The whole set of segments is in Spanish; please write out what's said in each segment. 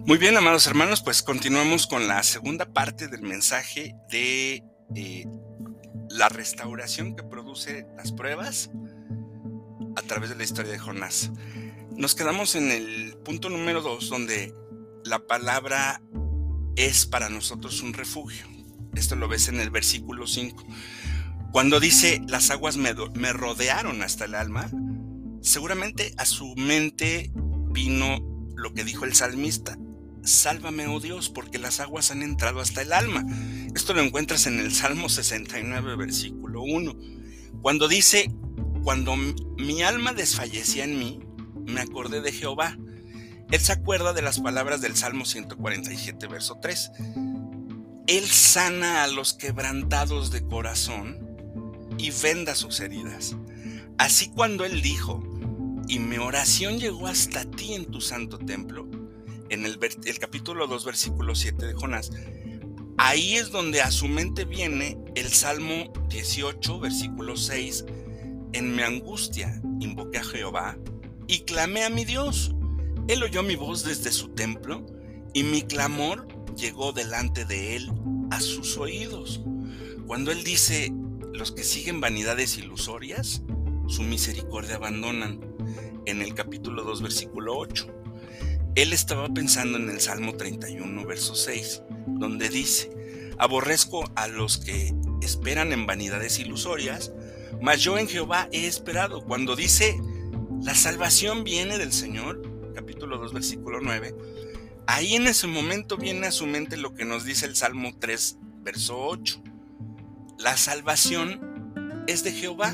Muy bien, amados hermanos, pues continuamos con la segunda parte del mensaje de la restauración que produce las pruebas a través de la historia de Jonás. Nos quedamos en el punto número 2, donde la palabra es para nosotros un refugio. Esto lo ves en el versículo 5. Cuando dice, las aguas me rodearon hasta el alma, seguramente a su mente vino lo que dijo el salmista: sálvame, oh Dios, porque las aguas han entrado hasta el alma. Esto lo encuentras en el Salmo 69, versículo 1. Cuando dice, cuando mi alma desfallecía en mí, me acordé de Jehová. Él se acuerda de las palabras del Salmo 147, verso 3. Él sana a los quebrantados de corazón y venda sus heridas. Así cuando él dijo, y mi oración llegó hasta ti en tu santo templo, en el capítulo 2, versículo 7 de Jonás, ahí es donde a su mente viene el Salmo 18, versículo 6, en mi angustia invoqué a Jehová y clamé a mi Dios. Él oyó mi voz desde su templo y mi clamor llegó delante de él a sus oídos. Cuando él dice, los que siguen vanidades ilusorias, su misericordia abandonan, en el capítulo 2, versículo 8. Él estaba pensando en el Salmo 31, verso 6, donde dice, aborrezco a los que esperan en vanidades ilusorias, mas yo en Jehová he esperado. Cuando dice, la salvación viene del Señor, capítulo 2, versículo 9, ahí en ese momento viene a su mente lo que nos dice el Salmo 3, verso 8. La salvación es de Jehová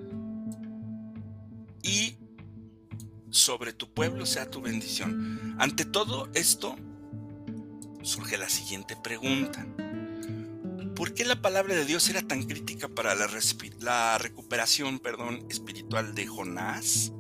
y sobre tu pueblo sea tu bendición. Ante todo esto, surge la siguiente pregunta. ¿Por qué la palabra de Dios era tan crítica para la recuperación espiritual de Jonás?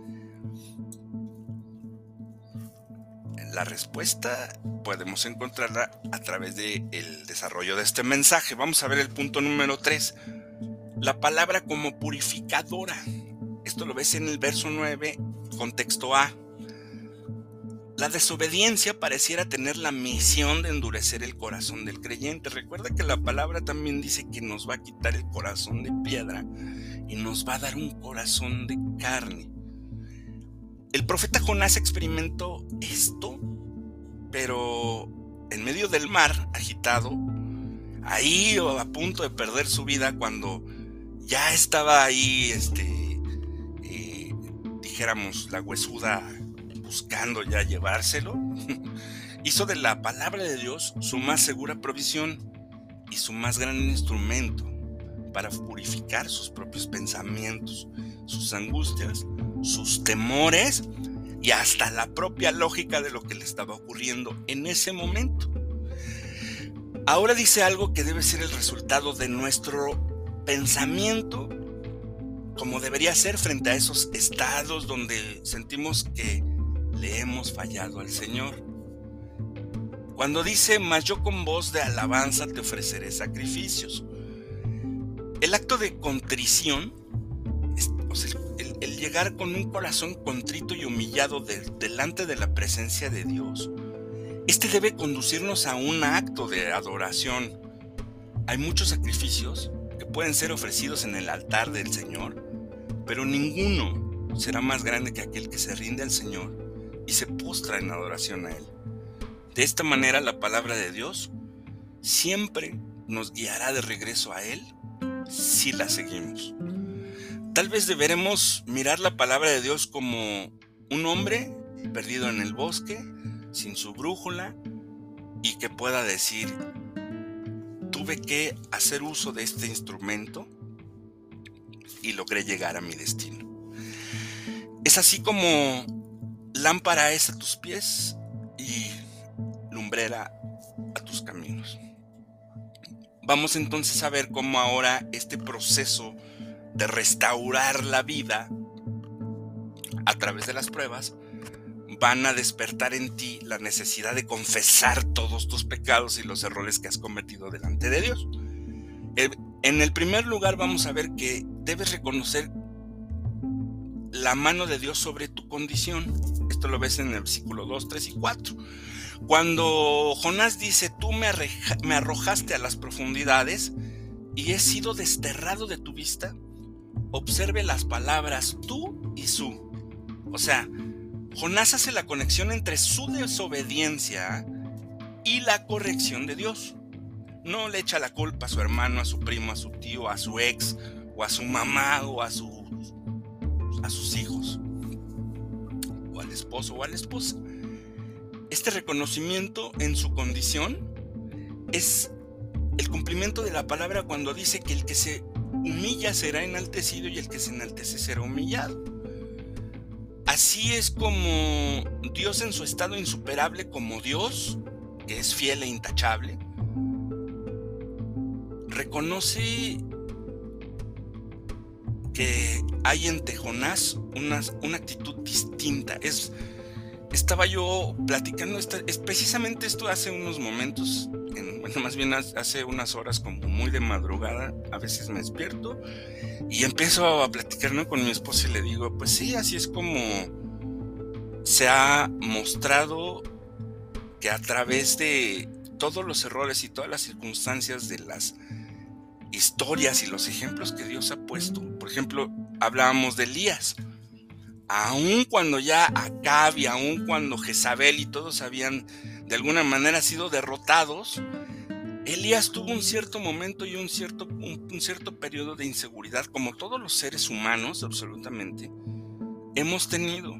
La respuesta podemos encontrarla a través del desarrollo de este mensaje. Vamos a ver el punto número 3. La palabra como purificadora. Esto lo ves en el verso 9, contexto A. La desobediencia pareciera tener la misión de endurecer el corazón del creyente. Recuerda que la palabra también dice que nos va a quitar el corazón de piedra y nos va a dar un corazón de carne. El profeta Jonás experimentó esto, pero en medio del mar agitado, ahí a punto de perder su vida, cuando ya estaba ahí, dijéramos, la huesuda buscando ya llevárselo, hizo de la palabra de Dios su más segura provisión y su más gran instrumento para purificar sus propios pensamientos, sus angustias, sus temores y hasta la propia lógica de lo que le estaba ocurriendo en ese momento. Ahora dice algo que debe ser el resultado de nuestro pensamiento, como debería ser frente a esos estados donde sentimos que le hemos fallado al Señor. Cuando dice, mas yo con voz de alabanza te ofreceré sacrificios. El acto de contrición, el llegar con un corazón contrito y humillado delante de la presencia de Dios, debe conducirnos a un acto de adoración. Hay muchos sacrificios que pueden ser ofrecidos en el altar del Señor, pero ninguno será más grande que aquel que se rinde al Señor y se postra en adoración a Él. De esta manera, la palabra de Dios siempre nos guiará de regreso a Él si la seguimos. Tal vez deberemos mirar la palabra de Dios como un hombre perdido en el bosque, sin su brújula, y que pueda decir, tuve que hacer uso de este instrumento y logré llegar a mi destino. Es así como lámpara es a tus pies y lumbrera a tus caminos. Vamos entonces a ver cómo ahora este proceso de restaurar la vida a través de las pruebas van a despertar en ti la necesidad de confesar todos tus pecados y los errores que has cometido delante de Dios. En el primer lugar vamos a ver que debes reconocer la mano de Dios sobre tu condición. Esto lo ves en el versículo 2, 3 y 4. Cuando Jonás dice, tú me arrojaste a las profundidades y he sido desterrado de tu vista, observe las palabras tú y su. O sea, Jonás hace la conexión entre su desobediencia y la corrección de Dios. No le echa la culpa a su hermano, a su primo, a su tío, a su ex, o a su mamá, o a sus hijos, o al esposo o a la esposa. Este reconocimiento en su condición es el cumplimiento de la palabra cuando dice que el que se humilla será enaltecido y el que se enaltece será humillado. Así es como Dios, en su estado insuperable como Dios, que es fiel e intachable, reconoce que hay ante Jonás una actitud distinta. Estaba yo platicando precisamente esto hace unos momentos, más bien hace unas horas, como muy de madrugada. A veces me despierto y empiezo a platicar, ¿no?, con mi esposa, y le digo, pues sí, así es como se ha mostrado que a través de todos los errores y todas las circunstancias de las historias y los ejemplos que Dios ha puesto. Por ejemplo, hablábamos de Elías. Aun cuando ya Acab y aun cuando Jezabel y todos habían de alguna manera sido derrotados, Elías tuvo un cierto momento y un cierto periodo de inseguridad, como todos los seres humanos absolutamente hemos tenido.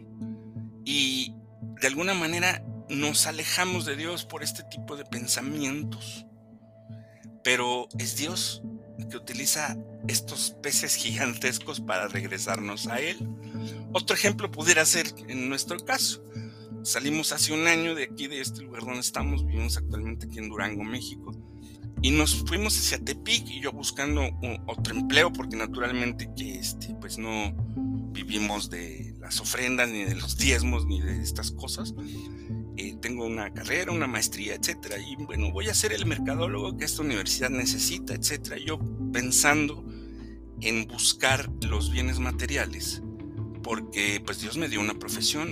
Y de alguna manera nos alejamos de Dios por este tipo de pensamientos. Pero es Dios que utiliza estos peces gigantescos para regresarnos a Él. Otro ejemplo pudiera ser en nuestro caso. Salimos hace un año de aquí, de este lugar donde estamos, vivimos actualmente aquí en Durango, México, y nos fuimos hacia Tepic, y yo buscando otro empleo, porque naturalmente que pues no vivimos de las ofrendas, ni de los diezmos, ni de estas cosas. Tengo una carrera, una maestría, etcétera, y bueno, voy a ser el mercadólogo que esta universidad necesita, etcétera. Yo pensando en buscar los bienes materiales, porque pues Dios me dio una profesión.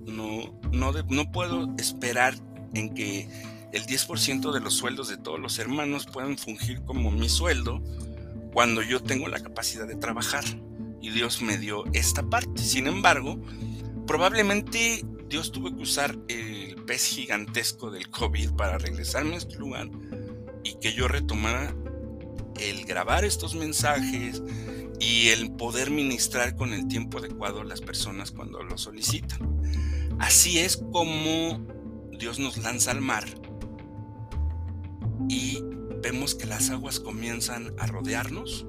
No puedo esperar en que el 10% de los sueldos de todos los hermanos puedan fungir como mi sueldo cuando yo tengo la capacidad de trabajar, y Dios me dio esta parte. Sin embargo, probablemente Dios tuvo que usar el pez gigantesco del COVID para regresarme a este lugar y que yo retomara el grabar estos mensajes y el poder ministrar con el tiempo adecuado a las personas cuando lo solicitan. Así es como Dios nos lanza al mar y vemos que las aguas comienzan a rodearnos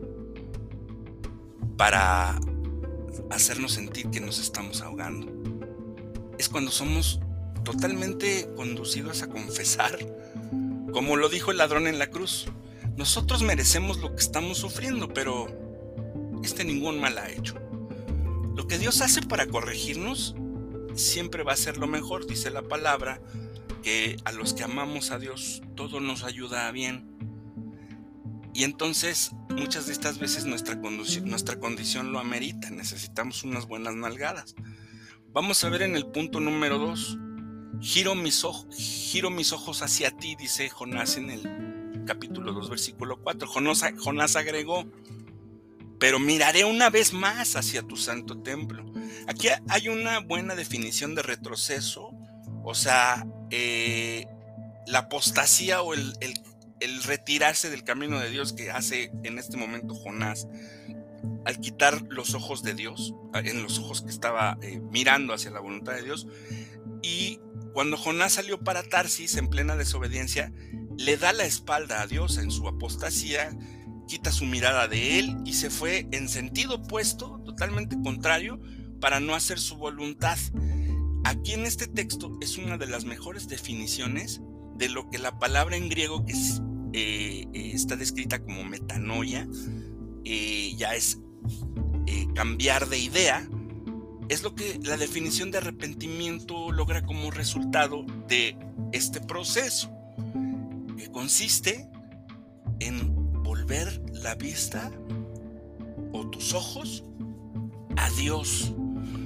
para hacernos sentir que nos estamos ahogando. Es cuando somos totalmente conducidos a confesar, como lo dijo el ladrón en la cruz: nosotros merecemos lo que estamos sufriendo, pero ningún mal ha hecho. Lo que Dios hace para corregirnos siempre va a ser lo mejor. Dice la palabra que a los que amamos a Dios todo nos ayuda a bien. Y entonces muchas de estas veces nuestra condición lo amerita. Necesitamos unas buenas nalgadas. Vamos a ver en el punto número 2. Giro mis ojos hacia ti, dice Jonás en el capítulo 2, versículo 4. Jonás agregó: pero miraré una vez más hacia tu santo templo. Aquí hay una buena definición de retroceso. O sea, la apostasía o el retirarse del camino de Dios que hace en este momento Jonás al quitar los ojos de Dios, en los ojos que estaba mirando hacia la voluntad de Dios. Y cuando Jonás salió para Tarsis en plena desobediencia, le da la espalda a Dios en su apostasía, quita su mirada de él y se fue en sentido opuesto, totalmente contrario, para no hacer su voluntad. Aquí en este texto es una de las mejores definiciones de lo que la palabra en griego, que está descrita como metanoia, ya es cambiar de idea. Es lo que la definición de arrepentimiento logra como resultado de este proceso, que consiste en volver la vista o tus ojos a Dios,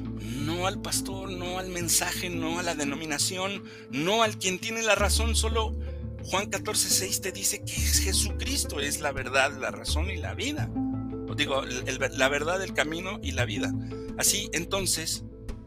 no al pastor, no al mensaje, no a la denominación, no al quien tiene la razón. Solo Juan 14:6 te dice que Jesucristo es la verdad, la razón y la vida. O digo, la verdad, el camino y la vida. Así, entonces,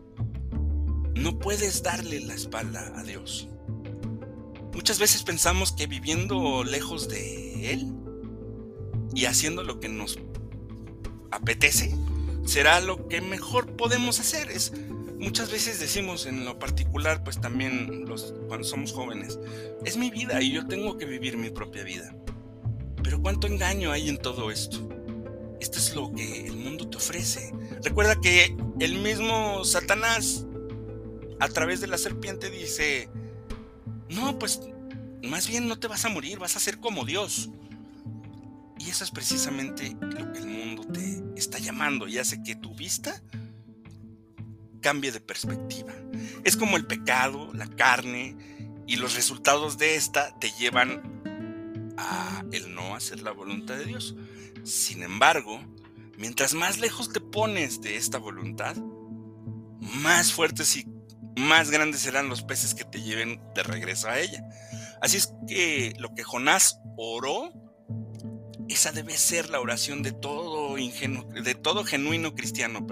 no puedes darle la espalda a Dios. Muchas veces pensamos que viviendo lejos de Él y haciendo lo que nos apetece, será lo que mejor podemos hacer. Muchas veces decimos, en lo particular, pues también cuando somos jóvenes, es mi vida y yo tengo que vivir mi propia vida. Pero cuánto engaño hay en todo esto. Esto es lo que el mundo te ofrece. Recuerda que el mismo Satanás, a través de la serpiente, dice: no, pues más bien no te vas a morir, vas a ser como Dios. Y eso es precisamente lo que el mundo te está llamando y hace que tu vista cambie de perspectiva. Es como el pecado, la carne y los resultados de esta te llevan a el no hacer la voluntad de Dios. Sin embargo, mientras más lejos te pones de esta voluntad, más fuertes y más grandes serán los peces que te lleven de regreso a ella. Así es que lo que Jonás oró, esa debe ser la oración de todo genuino cristiano,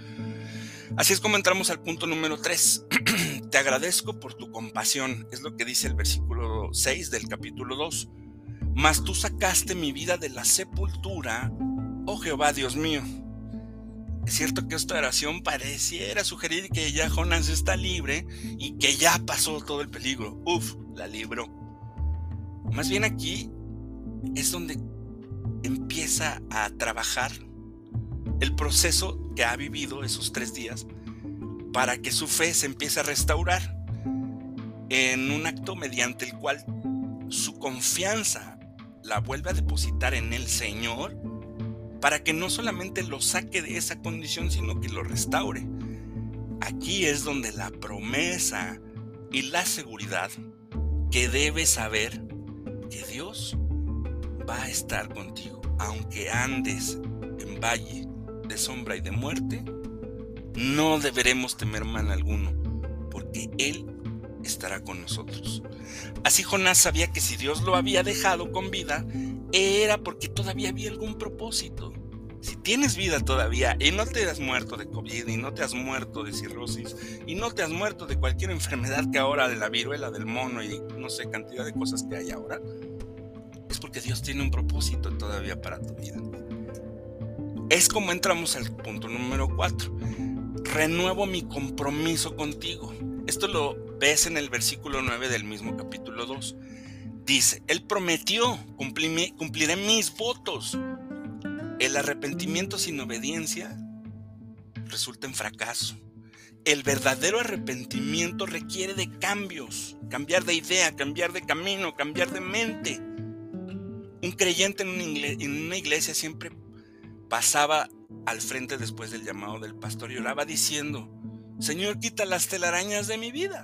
Así es como entramos al punto número 3. Te agradezco por tu compasión, es lo que dice el versículo 6 del capítulo 2. Mas tú sacaste mi vida de la sepultura, oh Jehová Dios mío. Es cierto que esta oración pareciera sugerir que ya Jonás está libre y que ya pasó todo el peligro. La libró. Más bien aquí es donde empieza a trabajar el proceso que ha vivido esos 3 días para que su fe se empiece a restaurar en un acto mediante el cual su confianza la vuelve a depositar en el Señor, para que no solamente lo saque de esa condición, sino que lo restaure. Aquí es donde la promesa y la seguridad que debes saber que Dios va a estar contigo, aunque andes en valle de sombra y de muerte, no deberemos temer mal alguno, porque Él estará con nosotros. Así Jonás sabía que si Dios lo había dejado con vida, era porque todavía había algún propósito. Si tienes vida todavía y no te has muerto de COVID, y no te has muerto de cirrosis, y no te has muerto de cualquier enfermedad que ahora, de la viruela del mono y no sé, cantidad de cosas que hay ahora, es porque Dios tiene un propósito todavía para tu vida. Es como entramos al punto número 4. Renuevo mi compromiso contigo. Esto lo ves en el versículo 9 del mismo capítulo 2. Dice: Él prometió, cumpliré mis votos. El arrepentimiento sin obediencia resulta en fracaso. El verdadero arrepentimiento requiere de cambios, cambiar de idea, cambiar de camino, cambiar de mente. Un creyente en una iglesia siempre pasaba al frente después del llamado del pastor y oraba diciendo: Señor, quita las telarañas de mi vida.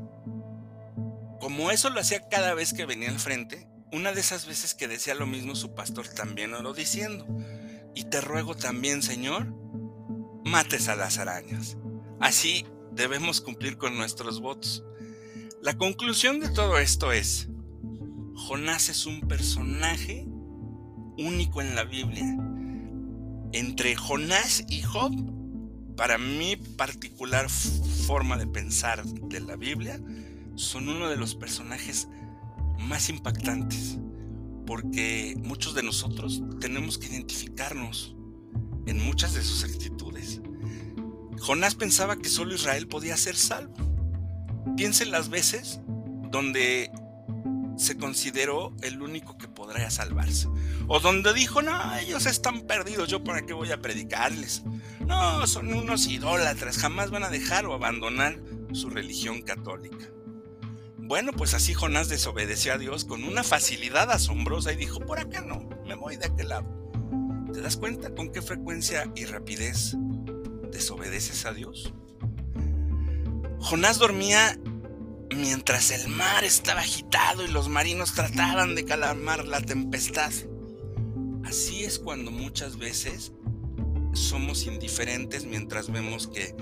Como eso lo hacía cada vez que venía al frente, una de esas veces que decía lo mismo su pastor también oró diciendo: y te ruego también, Señor, mates a las arañas. Así debemos cumplir con nuestros votos. La conclusión de todo esto es: Jonás es un personaje único en la Biblia. Entre Jonás y Job, para mi particular forma de pensar de la Biblia, son uno de los personajes más impactantes, porque muchos de nosotros tenemos que identificarnos en muchas de sus actitudes. Jonás pensaba que solo Israel podía ser salvo. Piensa en las veces donde se consideró el único que podría salvarse, o donde dijo: no, ellos están perdidos, yo para qué voy a predicarles, no, son unos idólatras, jamás van a dejar o abandonar su religión católica. Bueno, pues así Jonás desobedeció a Dios con una facilidad asombrosa y dijo: por acá no, me voy de aquel lado. ¿Te das cuenta con qué frecuencia y rapidez desobedeces a Dios? Jonás dormía mientras el mar estaba agitado y los marinos trataban de calmar la tempestad. Así es cuando muchas veces somos indiferentes mientras vemos que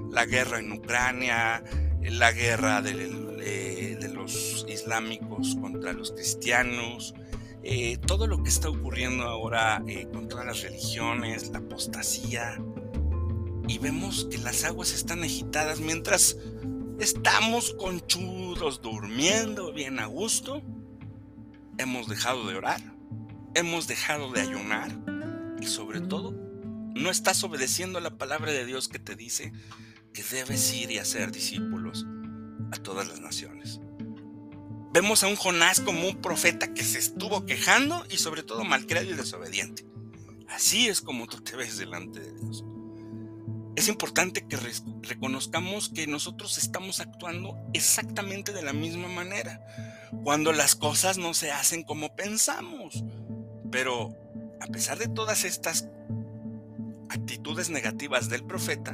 la guerra en Ucrania, la guerra de los islámicos contra los cristianos, todo lo que está ocurriendo ahora con todas las religiones, la apostasía, y vemos que las aguas están agitadas mientras estamos conchudos, durmiendo bien a gusto. Hemos dejado de orar, hemos dejado de ayunar y sobre todo no estás obedeciendo la palabra de Dios que te dice que debes ir y hacer discípulos a todas las naciones. Vemos a un Jonás como un profeta que se estuvo quejando y sobre todo malcriado y desobediente. Así es como tú te ves delante de Dios. Es importante que reconozcamos que nosotros estamos actuando exactamente de la misma manera cuando las cosas no se hacen como pensamos. Pero a pesar de todas estas actitudes negativas del profeta,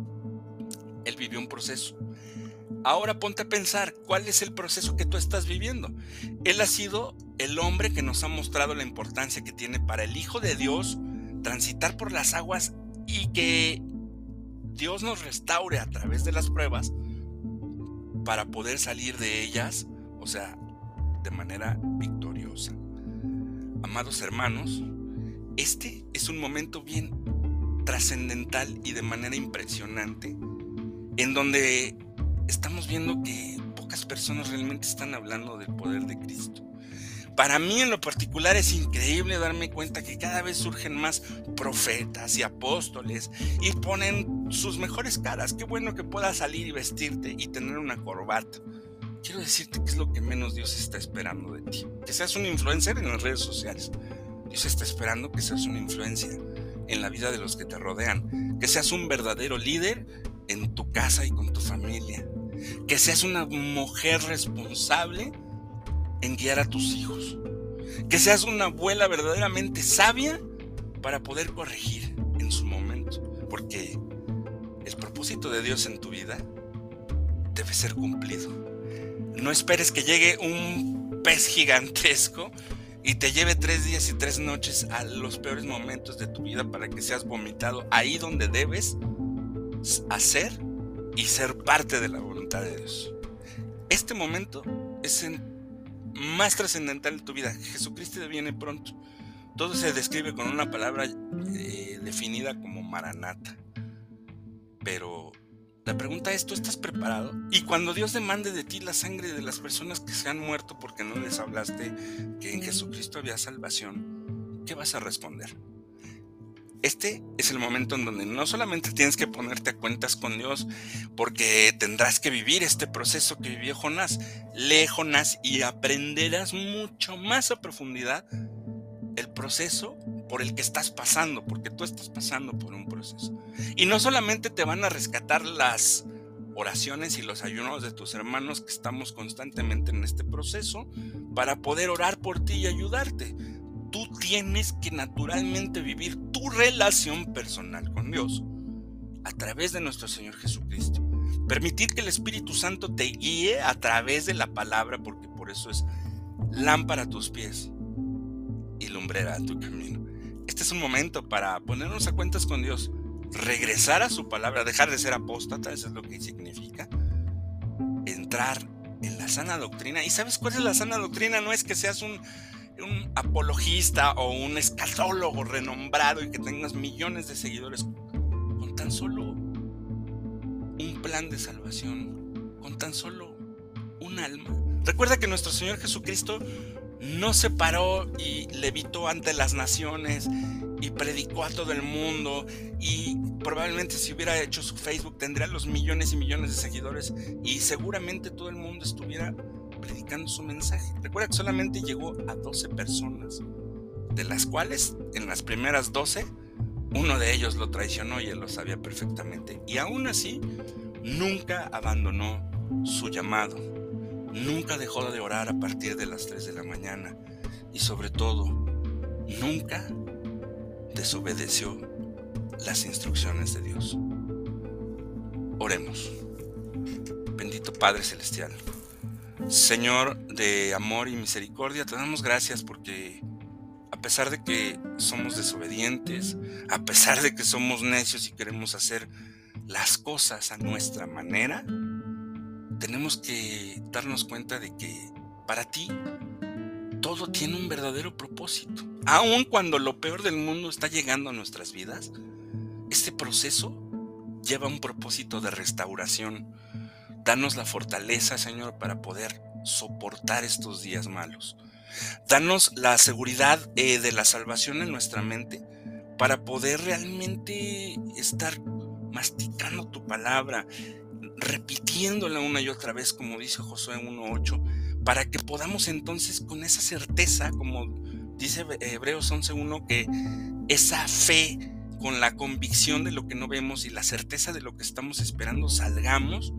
él vivió un proceso. Ahora ponte a pensar, ¿cuál es el proceso que tú estás viviendo? Él ha sido el hombre que nos ha mostrado la importancia que tiene para el Hijo de Dios transitar por las aguas y que Dios nos restaure a través de las pruebas para poder salir de ellas, o sea, de manera victoriosa. Amados hermanos, este es un momento bien trascendental y de manera impresionante, en donde estamos viendo que pocas personas realmente están hablando del poder de Cristo. Para mí en lo particular es increíble darme cuenta que cada vez surgen más profetas y apóstoles y ponen sus mejores caras. Qué bueno que puedas salir y vestirte y tener una corbata. Quiero decirte que es lo que menos Dios está esperando de ti. Que seas un influencer en las redes sociales. Dios está esperando que seas una influencia en la vida de los que te rodean. Que seas un verdadero líder en tu casa y con tu familia. Que seas una mujer responsable en guiar a tus hijos. Que seas una abuela verdaderamente sabia para poder corregir en su momento. Porque el propósito de Dios en tu vida debe ser cumplido. No esperes que llegue un pez gigantesco y te lleve 3 días y 3 noches a los peores momentos de tu vida para que seas vomitado ahí donde debes hacer y ser parte de la voluntad de Dios. Este momento es el más trascendental de tu vida. Jesucristo viene pronto. Todo se describe con una palabra definida como Maranata. Pero la pregunta es, ¿tú estás preparado? Y cuando Dios demande de ti la sangre de las personas que se han muerto porque no les hablaste que en Jesucristo había salvación, ¿qué vas a responder? Este es el momento en donde no solamente tienes que ponerte a cuentas con Dios, porque tendrás que vivir este proceso que vivió Jonás. Lee Jonás y aprenderás mucho más a profundidad el proceso por el que estás pasando, porque tú estás pasando por un proceso. Y no solamente te van a rescatar las oraciones y los ayunos de tus hermanos, que estamos constantemente en este proceso para poder orar por ti y ayudarte. Tú tienes que naturalmente vivir tu relación personal con Dios a través de nuestro Señor Jesucristo. Permitir que el Espíritu Santo te guíe a través de la palabra, porque por eso es lámpara a tus pies y lumbrera a tu camino. Este es un momento para ponernos a cuentas con Dios, regresar a su palabra, dejar de ser apóstata, eso es lo que significa, entrar en la sana doctrina. ¿Y sabes cuál es la sana doctrina? No es que seas un apologista o un escatólogo renombrado y que tengas millones de seguidores. Con tan solo un plan de salvación, con tan solo un alma. Recuerda que nuestro Señor Jesucristo no se paró y levitó ante las naciones y predicó a todo el mundo, y probablemente si hubiera hecho su Facebook tendría los millones y millones de seguidores y seguramente todo el mundo estuviera predicando su mensaje. Recuerda que solamente llegó a 12 personas, de las cuales en las primeras 12 uno de ellos lo traicionó y él lo sabía perfectamente, y aún así nunca abandonó su llamado, nunca dejó de orar a partir de las 3 de la mañana y sobre todo nunca desobedeció las instrucciones de Dios. Oremos. Bendito Padre Celestial, Señor de amor y misericordia, te damos gracias porque a pesar de que somos desobedientes, a pesar de que somos necios y queremos hacer las cosas a nuestra manera, tenemos que darnos cuenta de que para ti todo tiene un verdadero propósito. Aun cuando lo peor del mundo está llegando a nuestras vidas, este proceso lleva un propósito de restauración. Danos la fortaleza, Señor, para poder soportar estos días malos. Danos la seguridad de la salvación en nuestra mente para poder realmente estar masticando tu palabra, repitiéndola una y otra vez, como dice Josué 1:8, para que podamos entonces con esa certeza, como dice Hebreos 11:1, que esa fe con la convicción de lo que no vemos y la certeza de lo que estamos esperando, salgamos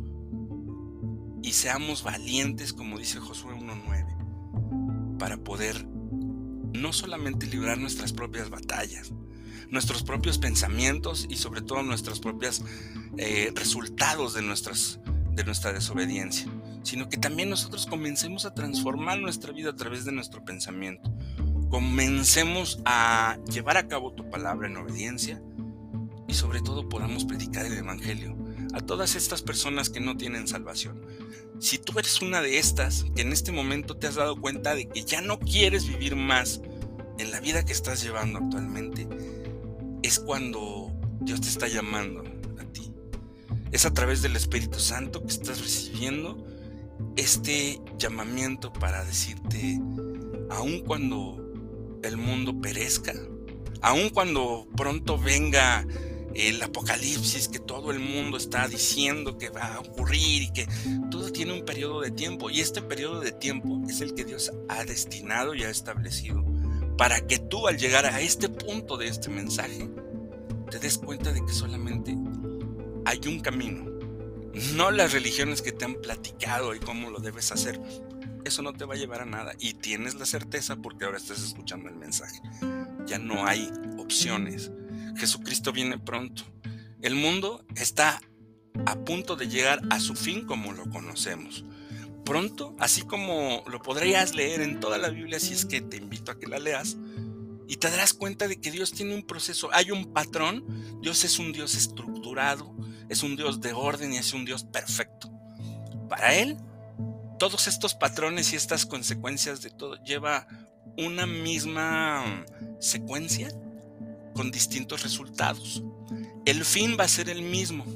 y seamos valientes, como dice Josué 1:9, para poder no solamente librar nuestras propias batallas, nuestros propios pensamientos y sobre todo nuestros propios resultados de nuestra desobediencia, sino que también nosotros comencemos a transformar nuestra vida a través de nuestro pensamiento. Comencemos a llevar a cabo tu palabra en obediencia y sobre todo podamos predicar el evangelio a todas estas personas que no tienen salvación. Si tú eres una de estas que en este momento te has dado cuenta de que ya no quieres vivir más en la vida que estás llevando actualmente, es cuando Dios te está llamando a ti. Es a través del Espíritu Santo que estás recibiendo este llamamiento para decirte, aun cuando el mundo perezca, aun cuando pronto venga el apocalipsis que todo el mundo está diciendo que va a ocurrir y que todo tiene un periodo de tiempo, y este periodo de tiempo es el que Dios ha destinado y ha establecido para que tú, al llegar a este punto de este mensaje, te des cuenta de que solamente hay un camino, no las religiones que te han platicado y cómo lo debes hacer. Eso no te va a llevar a nada, y tienes la certeza porque ahora estás escuchando el mensaje. Ya no hay opciones. Jesucristo viene pronto. El mundo está a punto de llegar a su fin como lo conocemos. Pronto, así como lo podrías leer en toda la Biblia, si es que te invito a que la leas, y te darás cuenta de que Dios tiene un proceso, hay un patrón. Dios es un Dios estructurado, es un Dios de orden y es un Dios perfecto. Para Él, todos estos patrones y estas consecuencias de todo lleva una misma secuencia con distintos resultados. El fin va a ser el mismo: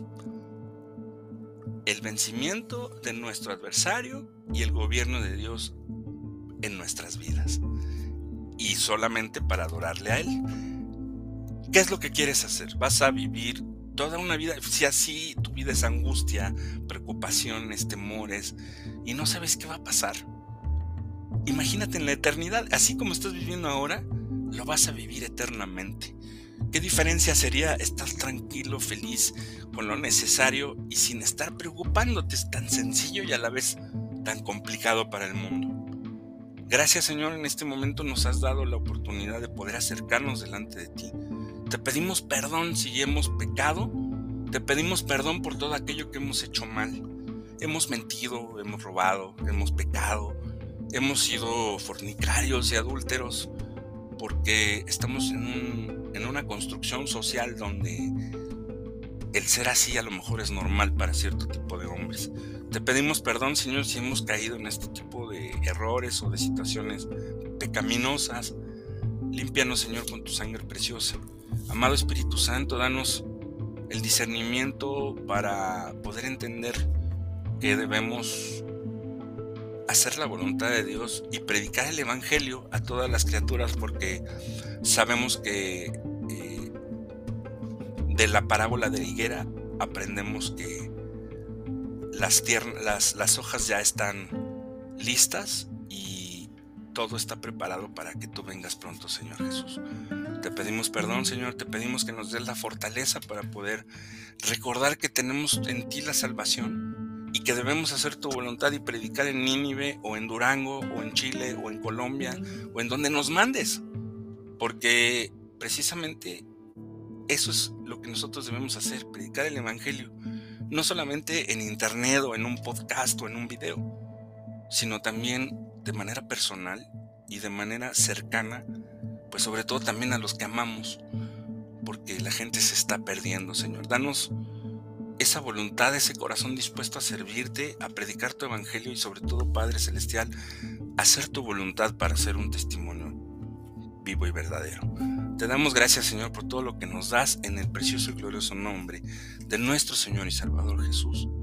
el vencimiento de nuestro adversario y el gobierno de Dios en nuestras vidas, y solamente para adorarle a Él. ¿Qué es lo que quieres hacer? ¿Vas a vivir toda una vida? Si así tu vida es angustia, preocupaciones, temores y no sabes qué va a pasar, imagínate en la eternidad. Así como estás viviendo ahora, lo vas a vivir eternamente. ¿Qué diferencia sería estar tranquilo, feliz, con lo necesario y sin estar preocupándote? Es tan sencillo y a la vez tan complicado para el mundo. Gracias, Señor, en este momento nos has dado la oportunidad de poder acercarnos delante de ti. Te pedimos perdón si hemos pecado, te pedimos perdón por todo aquello que hemos hecho mal. Hemos mentido, hemos robado, hemos pecado, hemos sido fornicarios y adúlteros, porque estamos en una construcción social donde el ser así a lo mejor es normal para cierto tipo de hombres. Te pedimos perdón, Señor, si hemos caído en este tipo de errores o de situaciones pecaminosas. Límpianos, Señor, con tu sangre preciosa. Amado Espíritu Santo, danos el discernimiento para poder entender que debemos hacer la voluntad de Dios y predicar el evangelio a todas las criaturas, porque sabemos que de la parábola de la higuera aprendemos que las hojas ya están listas y todo está preparado para que tú vengas pronto, Señor Jesús. Te pedimos perdón, Señor, te pedimos que nos des la fortaleza para poder recordar que tenemos en ti la salvación y que debemos hacer tu voluntad y predicar en Nínive o en Durango o en Chile o en Colombia o en donde nos mandes, porque precisamente eso es lo que nosotros debemos hacer: predicar el evangelio, no solamente en internet o en un podcast o en un video, sino también de manera personal y de manera cercana, pues sobre todo también a los que amamos, porque la gente se está perdiendo, Señor. Danos esa voluntad, ese corazón dispuesto a servirte, a predicar tu evangelio y sobre todo, Padre Celestial, hacer tu voluntad para ser un testimonio vivo y verdadero. Te damos gracias, Señor, por todo lo que nos das en el precioso y glorioso nombre de nuestro Señor y Salvador Jesús.